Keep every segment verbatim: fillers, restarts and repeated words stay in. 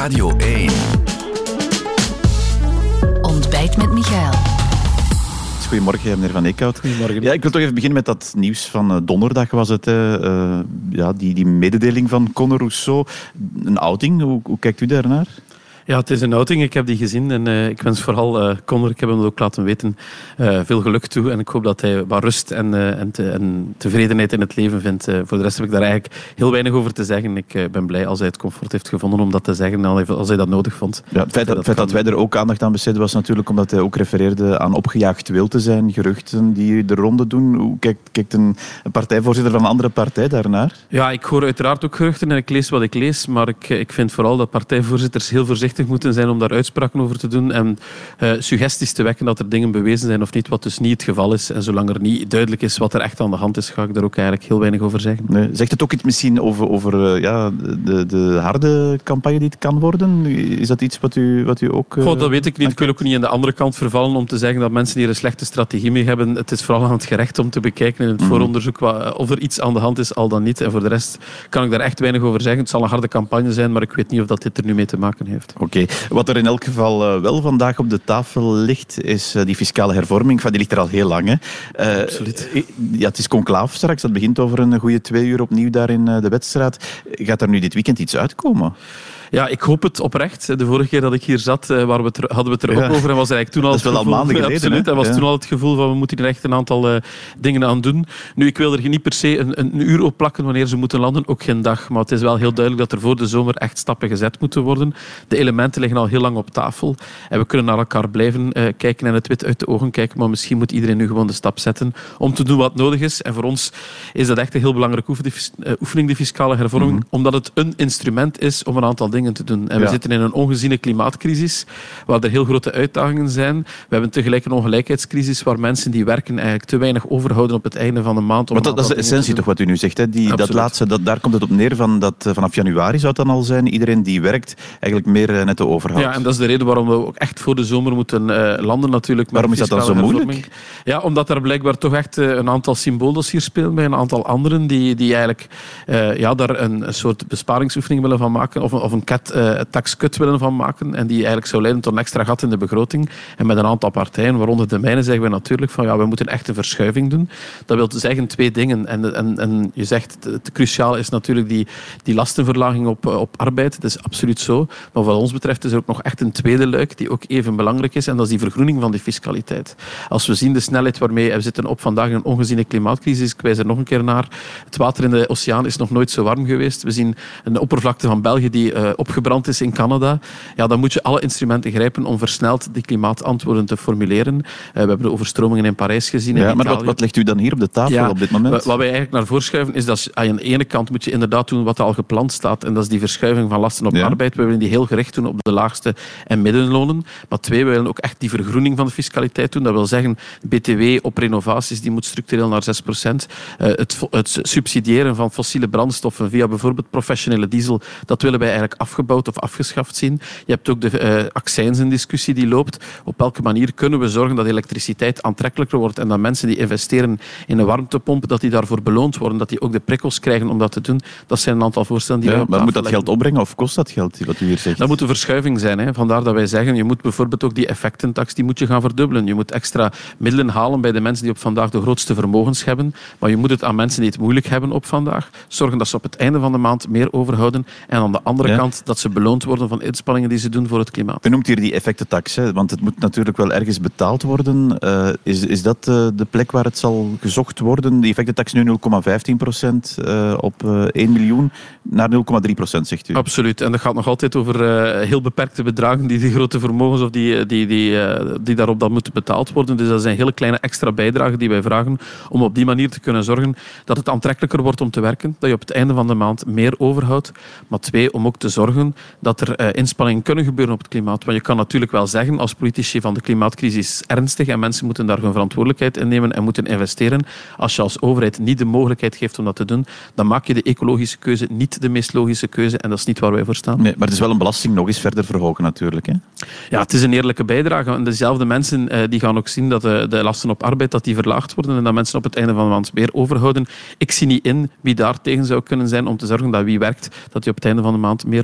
Radio één. Ontbijt met Michael. Goedemorgen, meneer Van Eekhout. Goedemorgen. Ja, ik wil toch even beginnen met dat nieuws van uh, donderdag was het. Uh, uh, ja, die, die mededeling van Conor Rousseau. Een outing, hoe, hoe kijkt u daarnaar? Ja, het is een outing. Ik heb die gezien en uh, ik wens vooral uh, Conor, ik heb hem dat ook laten weten, uh, veel geluk toe. En ik hoop dat hij wat rust en, uh, en, te, en tevredenheid in het leven vindt. Uh, voor de rest heb ik daar eigenlijk heel weinig over te zeggen. Ik uh, ben blij als hij het comfort heeft gevonden om dat te zeggen, als hij dat nodig vond. Ja, het feit, dat, dat, feit dat wij er ook aandacht aan besteden was natuurlijk omdat hij ook refereerde aan opgejaagd wil te zijn, geruchten die de ronde doen. Hoe kijkt, kijkt een, een partijvoorzitter van een andere partij daarnaar? Ja, ik hoor uiteraard ook geruchten en ik lees wat ik lees, maar ik, ik vind vooral dat partijvoorzitters heel voorzichtig moeten zijn om daar uitspraken over te doen en uh, suggesties te wekken dat er dingen bewezen zijn of niet, wat dus niet het geval is. En zolang er niet duidelijk is wat er echt aan de hand is, ga ik daar ook eigenlijk heel weinig over zeggen. Nee. Zegt het ook iets misschien over, over uh, ja, de, de harde campagne die het kan worden? Is dat iets wat u, wat u ook... Uh, Goh, dat weet ik niet. Ik wil ook niet aan de andere kant vervallen om te zeggen dat mensen hier een slechte strategie mee hebben. Het is vooral aan het gerecht om te bekijken in het mm. vooronderzoek wat, of er iets aan de hand is, al dan niet. En voor de rest kan ik daar echt weinig over zeggen. Het zal een harde campagne zijn, maar ik weet niet of dat dit er nu mee te maken heeft. Oké. Okay. Wat er in elk geval uh, wel vandaag op de tafel ligt, is uh, die fiscale hervorming. Van, die ligt er al heel lang. Hè. Uh, Absoluut. Ja, het is conclaaf straks. Dat begint over een goede twee uur opnieuw daar in uh, de Wetstraat. Gaat er nu dit weekend iets uitkomen? Ja, ik hoop het oprecht. De vorige keer dat ik hier zat, waar we het er, hadden we het er ook ja. over. En was er eigenlijk toen al dat is wel het gevoel, al maanden geleden. Absoluut. En was ja. toen al het gevoel van we moeten er echt een aantal uh, dingen aan doen. Nu, ik wil er niet per se een, een uur op plakken wanneer ze moeten landen. Ook geen dag. Maar het is wel heel duidelijk dat er voor de zomer echt stappen gezet moeten worden. De elementen liggen al heel lang op tafel. En we kunnen naar elkaar blijven uh, kijken en het wit uit de ogen kijken. Maar misschien moet iedereen nu gewoon de stap zetten om te doen wat nodig is. En voor ons is dat echt een heel belangrijke oefening, die fiscale hervorming. Mm-hmm. Omdat het een instrument is om een aantal dingen te doen. En we ja. zitten in een ongeziene klimaatcrisis, waar er heel grote uitdagingen zijn. We hebben tegelijk een ongelijkheidscrisis, waar mensen die werken eigenlijk te weinig overhouden op het einde van de maand. Maar dat, dat is de essentie toch wat u nu zegt. Hè? Die, dat laatste, dat, daar komt het op neer van dat uh, vanaf januari zou het dan al zijn. Iedereen die werkt eigenlijk meer uh, netto overhoudt. Ja, en dat is de reden waarom we ook echt voor de zomer moeten uh, landen natuurlijk. Waarom is dat dan zo moeilijk? Ja, omdat er blijkbaar toch echt uh, een aantal symbooldossiers spelen bij een aantal anderen die, die eigenlijk uh, ja, daar een, een soort besparingsoefening willen van maken of, of een cat, uh, tax-cut willen van maken en die eigenlijk zou leiden tot een extra gat in de begroting. En met een aantal partijen, waaronder de mijne, zeggen we natuurlijk van ja, we moeten echt een verschuiving doen. Dat wil zeggen twee dingen. En, en, en je zegt, het cruciaal is natuurlijk die, die lastenverlaging op, op arbeid. Dat is absoluut zo. Maar wat ons betreft is er ook nog echt een tweede luik die ook even belangrijk is en dat is die vergroening van die fiscaliteit. Als we zien de snelheid waarmee we zitten op vandaag in een ongeziene klimaatcrisis, ik wijs er nog een keer naar, het water in de oceaan is nog nooit zo warm geweest. We zien een oppervlakte van België die uh, opgebrand is in Canada. Ja, dan moet je alle instrumenten grijpen om versneld die klimaatantwoorden te formuleren. Uh, we hebben de overstromingen in Parijs gezien. Ja, in maar wat, wat legt u dan hier op de tafel ja, op dit moment? Wat wij eigenlijk naar voren schuiven is dat aan de ene kant moet je inderdaad doen wat al gepland staat en dat is die verschuiving van lasten op ja. arbeid. We willen die heel gericht doen op de laagste en middenlonen. Maar twee, we willen ook echt die vergroening van de fiscaliteit doen. Dat wil zeggen, B T W op renovaties die moet structureel naar zes procent. Uh, het, het subsidiëren van fossiele brandstoffen via bijvoorbeeld professionele diesel, dat willen wij eigenlijk afgebouwd of afgeschaft zien. Je hebt ook de uh, accijnsendiscussie die loopt. Op welke manier kunnen we zorgen dat elektriciteit aantrekkelijker wordt en dat mensen die investeren in een warmtepomp, dat die daarvoor beloond worden, dat die ook de prikkels krijgen om dat te doen. Dat zijn een aantal voorstellen die ja, wij op maar moet dat leggen. geld opbrengen of kost dat geld, wat u hier zegt? Dat moet een verschuiving zijn. Hè. Vandaar dat wij zeggen, je moet bijvoorbeeld ook die effectentax die moet je gaan verdubbelen. Je moet extra middelen halen bij de mensen die op vandaag de grootste vermogens hebben, maar je moet het aan mensen die het moeilijk hebben op vandaag zorgen dat ze op het einde van de maand meer overhouden en aan de andere ja. kant dat ze beloond worden van inspanningen die ze doen voor het klimaat. U noemt hier die effectentax, hè, want het moet natuurlijk wel ergens betaald worden. Uh, is, is dat uh, de plek waar het zal gezocht worden? Die effectentax nu nul komma vijftien procent uh, op uh, één miljoen naar nul komma drie procent, zegt u? Absoluut. En dat gaat nog altijd over uh, heel beperkte bedragen die die grote vermogens of die, die, die, uh, die daarop dan moeten betaald worden. Dus dat zijn hele kleine extra bijdragen die wij vragen om op die manier te kunnen zorgen dat het aantrekkelijker wordt om te werken, dat je op het einde van de maand meer overhoudt. Maar twee, om ook te zorgen dat er uh, inspanningen kunnen gebeuren op het klimaat. Want je kan natuurlijk wel zeggen als politici van de klimaatcrisis is ernstig en mensen moeten daar hun verantwoordelijkheid in nemen en moeten investeren. Als je als overheid niet de mogelijkheid geeft om dat te doen, dan maak je de ecologische keuze niet de meest logische keuze en dat is niet waar wij voor staan. Nee, maar het is wel een belasting nog eens verder verhogen natuurlijk. Hè? Ja, het is een eerlijke bijdrage. En dezelfde mensen uh, die gaan ook zien dat de, de lasten op arbeid dat die verlaagd worden en dat mensen op het einde van de maand meer overhouden. Ik zie niet in wie daar tegen zou kunnen zijn om te zorgen dat wie werkt, dat hij op het einde van de maand meer overhoudt.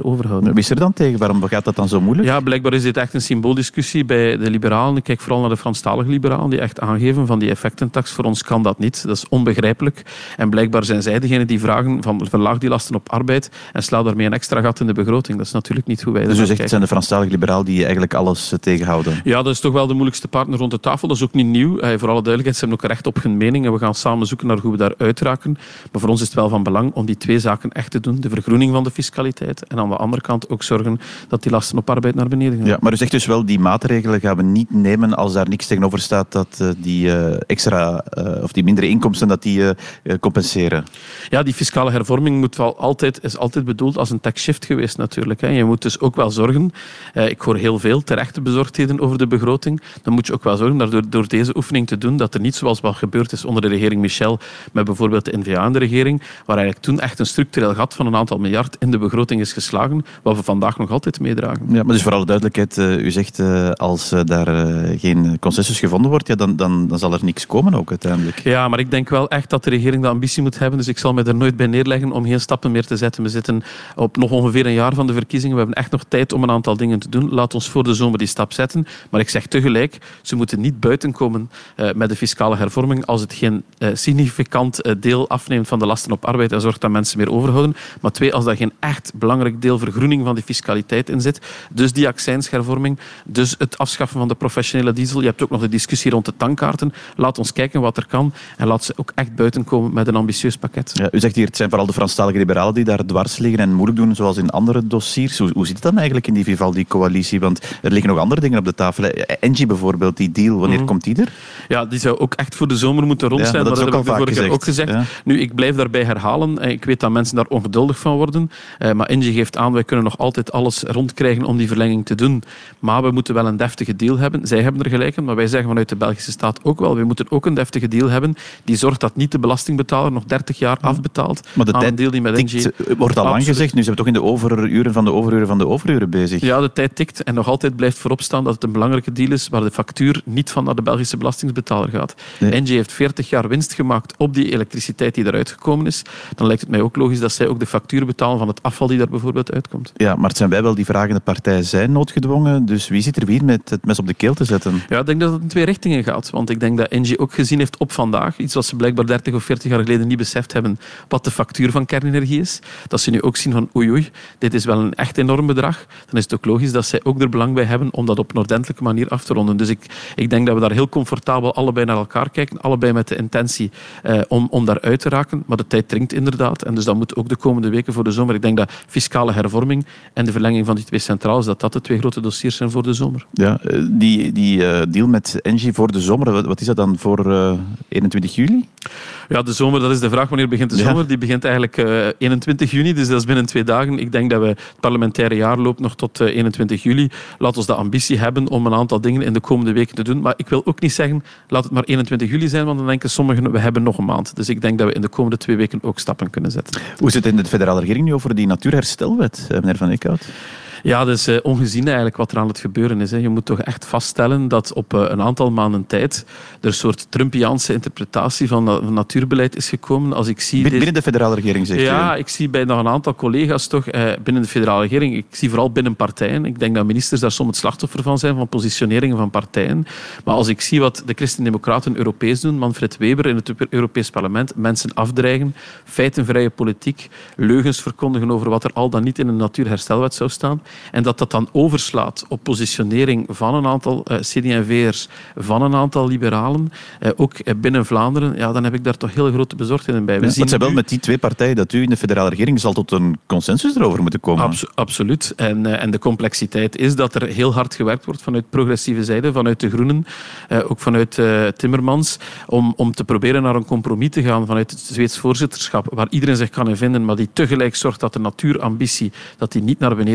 overhouden. Wie is er dan tegen? Waarom gaat dat dan zo moeilijk? Ja, blijkbaar is dit echt een symbooldiscussie bij de liberalen. Ik kijk vooral naar de Franstalige liberalen die echt aangeven van die effectentax. Voor ons kan dat niet. Dat is onbegrijpelijk. En blijkbaar zijn zij degene die vragen van verlaag die lasten op arbeid en sla daarmee een extra gat in de begroting. Dat is natuurlijk niet hoe wij dat Dus u zegt, kijken. het zijn de Franstalige liberalen die eigenlijk alles uh, tegenhouden? Ja, dat is toch wel de moeilijkste partner rond de tafel. Dat is ook niet nieuw. Eh, voor alle duidelijkheid, ze hebben ook recht op hun mening en we gaan samen zoeken naar hoe we daar uitraken. Maar voor ons is het wel van belang om die twee zaken echt te doen. De vergroening van de fiscaliteit en aan de andere kant ook zorgen dat die lasten op arbeid naar beneden gaan. Ja, maar u zegt dus wel, die maatregelen gaan we niet nemen als daar niks tegenover staat dat uh, die uh, extra uh, of die mindere inkomsten dat die uh, compenseren. Ja, die fiscale hervorming moet wel altijd, is altijd bedoeld als een tax shift geweest natuurlijk. Hè. Je moet dus ook wel zorgen, eh, ik hoor heel veel terechte bezorgdheden over de begroting, dan moet je ook wel zorgen dat door, door deze oefening te doen, dat er niet zoals wat gebeurd is onder de regering Michel, met bijvoorbeeld de N V A in de regering, waar eigenlijk toen echt een structureel gat van een aantal miljard in de begroting is geslagen, wat we vandaag nog altijd meedragen. Ja, maar dus voor alle duidelijkheid, uh, u zegt uh, als uh, daar uh, geen consensus gevonden wordt, ja, dan, dan, dan zal er niks komen ook uiteindelijk. Ja, maar ik denk wel echt dat de regering de ambitie moet hebben, dus ik zal me er nooit bij neerleggen om geen stappen meer te zetten. We zitten op nog ongeveer een jaar van de verkiezingen. We hebben echt nog tijd om een aantal dingen te doen. Laat ons voor de zomer die stap zetten. Maar ik zeg tegelijk, ze moeten niet buiten komen uh, met de fiscale hervorming als het geen uh, significant uh, deel afneemt van de lasten op arbeid en zorgt dat mensen meer overhouden. Maar twee, als daar geen echt belangrijk deel vergroening van die fiscaliteit in zit, dus die accijnshervorming, dus het afschaffen van de professionele diesel. Je hebt ook nog de discussie rond de tankkaarten. Laat ons kijken wat er kan en laat ze ook echt buiten komen met een ambitieus pakket. Ja, u zegt hier, het zijn vooral de Franstalige liberalen die daar dwars liggen en moeilijk doen, zoals in andere dossiers. Hoe, hoe zit het dan eigenlijk in die Vivaldi-coalitie? Want er liggen nog andere dingen op de tafel. Engie bijvoorbeeld, die deal, wanneer Mm-hmm. komt die er? Ja, die zou ook echt voor de zomer moeten rond Ja, zijn. maar dat maar is ook dat al heb ik de vaak vorige keer gezegd. ook gezegd. Ja. Nu, ik blijf daarbij herhalen. Ik weet dat mensen daar ongeduldig van worden. Maar Engie geeft aan, wij kunnen nog altijd alles rondkrijgen om die verlenging te doen. Maar we moeten wel een deftige deal hebben. Zij hebben er gelijk in, maar wij zeggen vanuit de Belgische staat ook wel. We moeten ook een deftige deal hebben die zorgt dat niet de belastingbetaler nog dertig jaar afbetaalt Maar de aan tijd een deal die met tikt, Engie... wordt al lang Absoluut. gezegd. Nu zijn we toch in de overuren van de overuren van de overuren bezig. Ja, de tijd tikt en nog altijd blijft voorop staan dat het een belangrijke deal is waar de factuur niet van naar de Belgische belastingbetaler gaat. Nee. Engie heeft veertig jaar winst gemaakt op die elektriciteit die eruit gekomen is. Dan lijkt het mij ook logisch dat zij ook de factuur betalen van het afval die daar bijvoorbeeld uitkomt. Ja, maar het zijn wij wel die vragende partij zijn noodgedwongen. Dus wie zit er weer met het mes op de keel te zetten? Ja, ik denk dat het in twee richtingen gaat. Want ik denk dat Engie ook gezien heeft op vandaag, iets wat ze blijkbaar dertig of veertig jaar geleden niet beseft hebben, wat de factuur van kernenergie is. Dat ze nu ook zien van oei oei, dit is wel een echt enorm bedrag. Dan is het ook logisch dat zij ook er belang bij hebben om dat op een ordentelijke manier af te ronden. Dus ik, ik denk dat we daar heel comfortabel allebei naar elkaar kijken. Allebei met de intentie eh, om, om daar uit te raken. Maar de tijd dringt inderdaad. En dus dat moet ook de komende weken voor de zomer. Ik denk dat fiscale hervorming en de verlenging van die twee centrales, dat dat de twee grote dossiers zijn voor de zomer. Ja, die, die uh, deal met Engie voor de zomer, wat, wat is dat dan voor uh, eenentwintig juli? Ja, de zomer, dat is de vraag. Wanneer begint de zomer? Ja. Die begint eigenlijk uh, eenentwintig juni, dus dat is binnen twee dagen. Ik denk dat we het parlementaire jaar loopt nog tot uh, eenentwintig juli. Laat ons de ambitie hebben om een aantal dingen in de komende weken te doen. Maar ik wil ook niet zeggen, laat het maar eenentwintig juli zijn, want dan denken sommigen, we hebben nog een maand. Dus ik denk dat we in de komende twee weken ook stappen kunnen zetten. Hoe zit het in de federale regering nu over die natuurherstelwet, meneer Van Eekhout? Ja, dat is uh, ongezien eigenlijk wat er aan het gebeuren is. Hè. Je moet toch echt vaststellen dat op uh, een aantal maanden tijd er een soort Trumpiaanse interpretatie van, uh, van natuurbeleid is gekomen. Als ik zie binnen deze... de federale regering, zegt Ja, u? ik zie bij nog een aantal collega's toch uh, binnen de federale regering, ik zie vooral binnen partijen. Ik denk dat ministers daar soms het slachtoffer van zijn, van positioneringen van partijen. Maar als ik zie wat de Christen-Democraten Europees doen, Manfred Weber in het Europees Parlement, mensen afdreigen, feitenvrije politiek, leugens verkondigen over wat er al dan niet in een natuurherstelwet zou staan. En dat dat dan overslaat op positionering van een aantal uh, C D en V'ers, van een aantal liberalen, uh, ook uh, binnen Vlaanderen, ja, dan heb ik daar toch heel grote bezorgdheden bij. We Ja, zien het zijn wel nu... met die twee partijen dat u in de federale regering zal tot een consensus erover moeten komen. Abs- absoluut. En, uh, en de complexiteit is dat er heel hard gewerkt wordt vanuit progressieve zijde, vanuit de Groenen, uh, ook vanuit uh, Timmermans, om, om te proberen naar een compromis te gaan vanuit het Zweeds voorzitterschap, waar iedereen zich kan in vinden, maar die tegelijk zorgt dat de natuurambitie dat die niet naar beneden gaat. We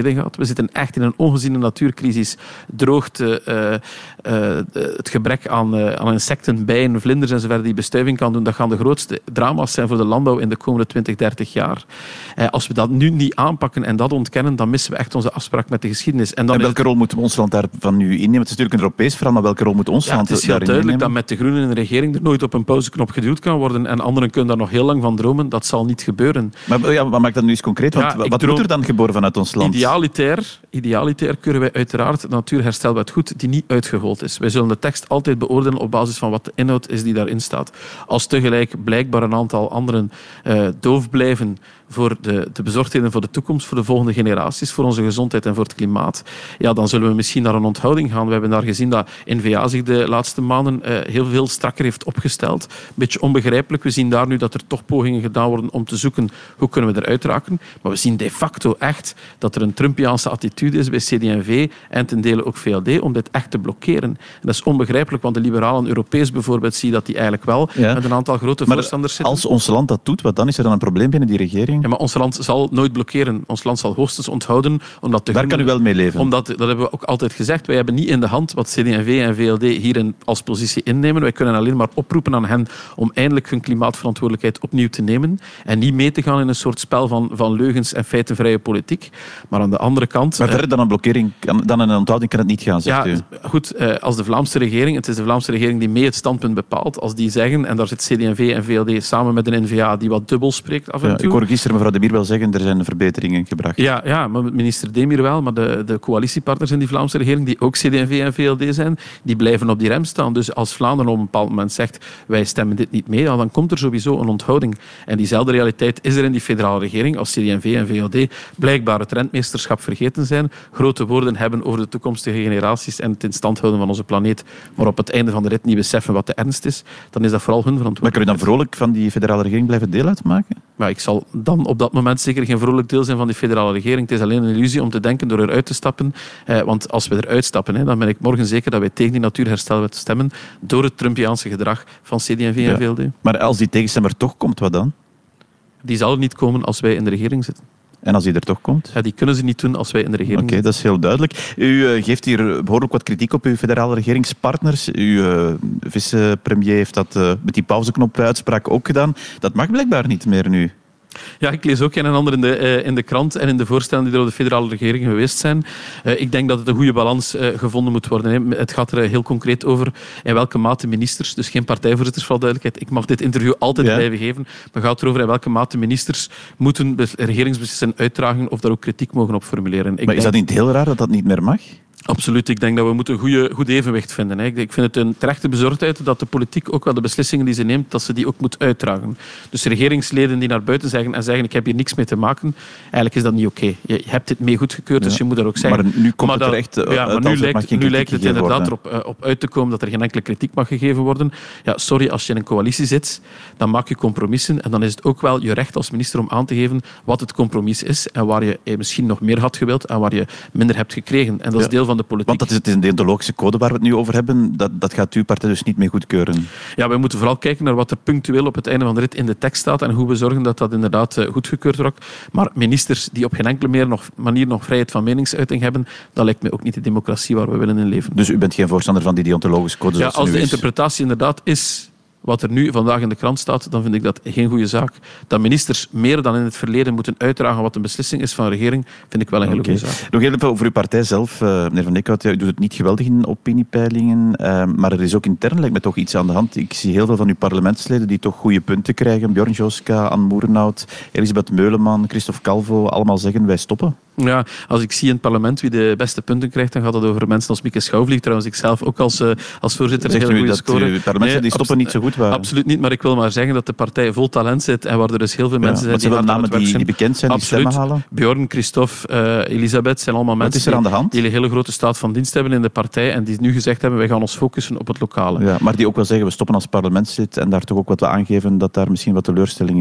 We zitten echt in een ongeziene natuurcrisis. Droogte, uh, uh, het gebrek aan, uh, aan insecten, bijen, vlinders enzovoort die bestuiving kan doen. Dat gaan de grootste drama's zijn voor de landbouw in de komende twintig, dertig jaar. Uh, als we dat nu niet aanpakken en dat ontkennen, dan missen we echt onze afspraak met de geschiedenis. En, dan en welke is... rol moet ons land daarvan nu innemen? Het is natuurlijk een Europees verhaal, maar welke rol moet ons ja, land daarin daarin duidelijk innemen? Dat met de Groenen in de regering er nooit op een pauzeknop geduwd kan worden en anderen kunnen daar nog heel lang van dromen. Dat zal niet gebeuren. Maar, ja, maar maak dat nu eens concreet, want ja, wat droom... moet er dan geboren vanuit ons land? Idealitair, idealitair keuren wij uiteraard de natuurherstelwet goed die niet uitgehold is. Wij zullen de tekst altijd beoordelen op basis van wat de inhoud is die daarin staat. Als tegelijk blijkbaar een aantal anderen uh, doof blijven voor de, de bezorgdheden voor de toekomst, voor de volgende generaties, voor onze gezondheid en voor het klimaat, ja, dan zullen we misschien naar een onthouding gaan. We hebben daar gezien dat N V A zich de laatste maanden uh, heel veel strakker heeft opgesteld. Een beetje onbegrijpelijk. We zien daar nu dat er toch pogingen gedaan worden om te zoeken hoe kunnen we eruit raken. Maar we zien de facto echt dat er een Trumpiaanse attitude is bij C D en V en ten dele ook V L D om dit echt te blokkeren. En dat is onbegrijpelijk, want de liberalen Europees bijvoorbeeld zie dat die eigenlijk wel ja. met een aantal grote maar voorstanders zitten. Als ons land dat doet, wat dan? Is er dan een probleem binnen die regering? Ja, maar ons land zal nooit blokkeren. Ons land zal hoogstens onthouden. Omdat de Daar groenen, kan u wel mee leven. Omdat, dat hebben we ook altijd gezegd. Wij hebben niet in de hand wat C D en V en V L D hierin als positie innemen. Wij kunnen alleen maar oproepen aan hen om eindelijk hun klimaatverantwoordelijkheid opnieuw te nemen en niet mee te gaan in een soort spel van, van leugens en feitenvrije politiek. Maar aan de andere kant... Maar verder dan een blokkering, dan een onthouding kan het niet gaan, zegt ja, u. Goed, als de Vlaamse regering, het is de Vlaamse regering die mee het standpunt bepaalt, als die zeggen, en daar zit C D en V en V L D samen met de N V A die wat dubbel spreekt af en ja, toe. Ik hoor gisteren mevrouw De Mier wel zeggen, er zijn verbeteringen gebracht. Ja, ja, maar minister Demir wel, maar de, de coalitiepartners in die Vlaamse regering, die ook C D en V en V L D zijn, die blijven op die rem staan. Dus als Vlaanderen op een bepaald moment zegt, wij stemmen dit niet mee, dan komt er sowieso een onthouding. En diezelfde realiteit is er in die federale regering, als C D en V en V L D blijkbaar het rentmeesterschap vergeten zijn, grote woorden hebben over de toekomstige generaties en het in stand houden van onze planeet, maar op het einde van de rit niet beseffen wat de ernst is, dan is dat vooral hun verantwoordelijkheid. Maar kun je dan vrolijk van die federale regering blijven deel uitmaken? Maar ik zal dan op dat moment zeker geen vrolijk deel zijn van die federale regering. Het is alleen een illusie om te denken door eruit te stappen. Eh, want als we eruit stappen, hè, dan ben ik morgen zeker dat wij tegen die natuurherstelwet stemmen door het Trumpiaanse gedrag van C D en V en ja. V L D. Maar als die tegenstemmer toch komt, wat dan? Die zal er niet komen als wij in de regering zitten. En als die er toch komt? Ja, die kunnen ze niet doen als wij in de regering Oké, okay, dat is heel duidelijk. U uh, geeft hier behoorlijk wat kritiek op uw federale regeringspartners. Uw uh, vicepremier heeft dat uh, met die pauzeknop-uitspraak ook gedaan. Dat mag blijkbaar niet meer nu. Ja, ik lees ook een en ander in de, uh, in de krant en in de voorstellen die er op de federale regering geweest zijn. Uh, ik denk dat het een goede balans uh, gevonden moet worden. Hè. Het gaat er uh, heel concreet over in welke mate ministers, dus geen partijvoorzitters voor duidelijkheid, ik mag dit interview altijd ja. blijven geven, maar het gaat erover in welke mate ministers moeten regeringsbeslissingen uitdragen of daar ook kritiek mogen op formuleren. Ik maar denk... is dat niet heel raar dat dat niet meer mag? Absoluut. Ik denk dat we moeten een goede, goed evenwicht vinden. Hè. Ik vind het een terechte bezorgdheid dat de politiek ook wel de beslissingen die ze neemt, dat ze die ook moet uitdragen. Dus regeringsleden die naar buiten zeggen en zeggen ik heb hier niks mee te maken, eigenlijk is dat niet oké. Okay. Je hebt dit mee goedgekeurd, ja. dus je moet dat ook zeggen. Maar nu komt maar het er echt ja, maar nu lijkt, nu lijkt het inderdaad worden. erop uh, op uit te komen dat er geen enkele kritiek mag gegeven worden. Ja, sorry, als je in een coalitie zit, dan maak je compromissen en dan is het ook wel je recht als minister om aan te geven wat het compromis is en waar je misschien nog meer had gewild en waar je minder hebt gekregen. En dat is ja. deel van de politiek. Want dat is, het is een deontologische code waar we het nu over hebben. Dat, dat gaat uw partij dus niet mee goedkeuren. Ja, wij moeten vooral kijken naar wat er punctueel op het einde van de rit in de tekst staat en hoe we zorgen dat dat inderdaad uh, goedgekeurd wordt. Maar ministers die op geen enkele meer nog, manier nog vrijheid van meningsuiting hebben, dat lijkt mij ook niet de democratie waar we willen in leven. Dus u bent geen voorstander van die deontologische code zoals ja, als nu de is. interpretatie inderdaad is wat er nu vandaag in de krant staat, dan vind ik dat geen goede zaak. Dat ministers meer dan in het verleden moeten uitdragen wat een beslissing is van de regering, vind ik wel een hele okay. goede zaak. Nog even over uw partij zelf, uh, meneer Van Eekhout. Ja, u doet het niet geweldig in opiniepeilingen, uh, maar er is ook intern lijkt me toch iets aan de hand. Ik zie heel veel van uw parlementsleden die toch goede punten krijgen. Björn Joska, Anne Moerenhout, Elisabeth Meuleman, Christophe Calvo, allemaal zeggen wij stoppen. Ja, als ik zie in het parlement wie de beste punten krijgt, dan gaat het over mensen als Mieke Schouwvlieg. Trouwens, ik zelf ook als, uh, als voorzitter een hele goede score. Uw parlementsleden die stoppen niet zo goed waren? Absoluut niet, maar ik wil maar zeggen dat de partij vol talent zit en waar er dus heel veel ja, mensen zijn die hard aan het werk zijn. Die, die bekend zijn, absoluut. Die stemmen halen? Björn, Christophe, uh, Elisabeth zijn allemaal Wat mensen is er aan de hand? die een hele grote staat van dienst hebben in de partij en die nu gezegd hebben wij gaan ons focussen op het lokale. Ja, maar die ook wel zeggen we stoppen als parlementslid en daar toch ook wat aangeven dat daar misschien wat teleurstelling is.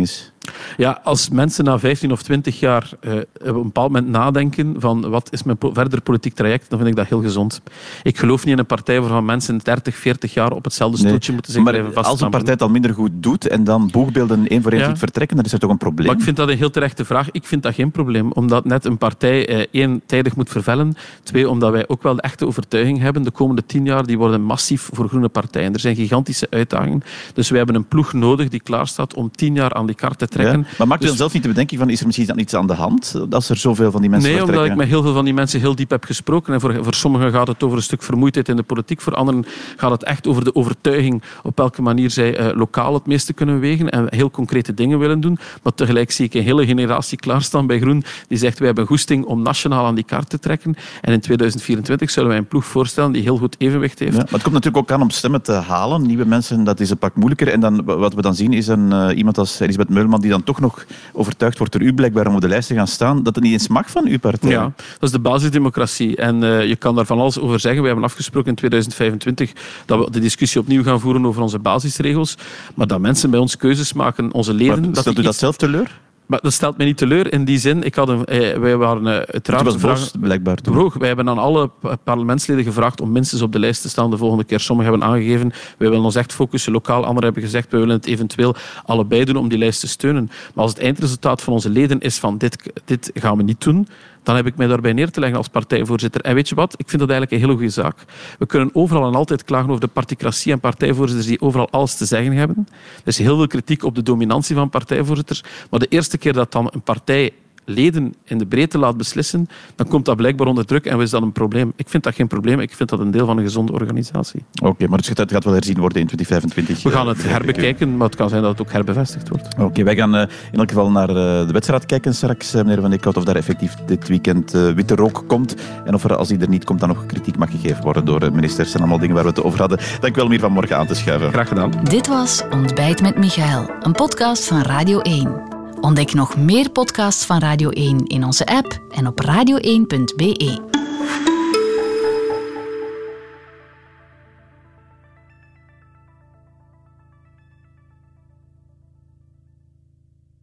Ja, als mensen na vijftien of twintig jaar uh, op een bepaald moment nadenken van wat is mijn po- verder politiek traject, dan vind ik dat heel gezond. Ik geloof niet in een partij waarvan mensen dertig, veertig jaar op hetzelfde stoeltje nee, moeten zich blijven vaststampen. Als een partij het al minder goed doet en dan boegbeelden één voor één ja. ziet vertrekken, dan is er toch een probleem? Maar ik vind dat een heel terechte vraag. Ik vind dat geen probleem, omdat net een partij eh, één, tijdig moet vervellen, twee, omdat wij ook wel de echte overtuiging hebben, de komende tien jaar die worden massief voor groene partijen. Er zijn gigantische uitdagingen. Dus wij hebben een ploeg nodig die klaar staat om tien jaar aan die kar te trekken. Ja, maar maakt u dus, dan zelf niet de bedenking van, is er misschien iets aan de hand als er zoveel van die mensen nee, vertrekken? Nee, omdat ik met heel veel van die mensen heel diep heb gesproken. En voor, voor sommigen gaat het over een stuk vermoeidheid in de politiek. Voor anderen gaat het echt over de overtuiging op welke manier zij uh, lokaal het meeste kunnen wegen en heel concrete dingen willen doen. Maar tegelijk zie ik een hele generatie klaarstaan bij Groen die zegt, wij hebben goesting om nationaal aan die kaart te trekken. En in tweeduizend vierentwintig zullen wij een ploeg voorstellen die heel goed evenwicht heeft. Ja, maar het komt natuurlijk ook aan om stemmen te halen. Nieuwe mensen, dat is een pak moeilijker. En dan, wat we dan zien is een, uh, iemand als Elisabeth Meulman die dan toch nog overtuigd wordt door u blijkbaar om op de lijst te gaan staan, dat het niet eens mag van uw partij. Ja, dat is de basisdemocratie. En uh, je kan daar van alles over zeggen. We hebben afgesproken in tweeduizend vijfentwintig dat we de discussie opnieuw gaan voeren over onze basisregels. Maar dat mensen bij ons keuzes maken, onze leden... Maar stelt u dat iets... zelf teleur? Maar dat stelt mij niet teleur in die zin. Ik had een, eh, wij waren uh, uiteraard... Het was boos, blijkbaar. Broog, wij hebben aan alle parlementsleden gevraagd om minstens op de lijst te staan de volgende keer. Sommigen hebben aangegeven, wij willen ons echt focussen lokaal. Anderen hebben gezegd, wij willen het eventueel allebei doen om die lijst te steunen. Maar als het eindresultaat van onze leden is van dit, dit gaan we niet doen, dan heb ik mij daarbij neer te leggen als partijvoorzitter. En weet je wat? Ik vind dat eigenlijk een hele goede zaak. We kunnen overal en altijd klagen over de particratie en partijvoorzitters die overal alles te zeggen hebben. Er is heel veel kritiek op de dominantie van partijvoorzitters. Maar de eerste keer dat dan een partij leden in de breedte laat beslissen, dan komt dat blijkbaar onder druk en is dat een probleem. Ik vind dat geen probleem. Ik vind dat een deel van een gezonde organisatie. Oké, okay, maar het gaat wel herzien worden in twintig vijfentwintig. We gaan het herbekijken, maar het kan zijn dat het ook herbevestigd wordt. Oké, okay, wij gaan uh, in elk geval naar uh, de wedstrijd kijken straks, uh, meneer Van Eekhout, of daar effectief dit weekend uh, witte rook komt en of er, als die er niet komt, dan nog kritiek mag gegeven worden door uh, ministers en allemaal dingen waar we het over hadden. Dank u wel om hier vanmorgen aan te schuiven. Graag gedaan. Dit was Ontbijt met Michaël, een podcast van Radio één. Ontdek nog meer podcasts van Radio één in onze app en op radio één punt be.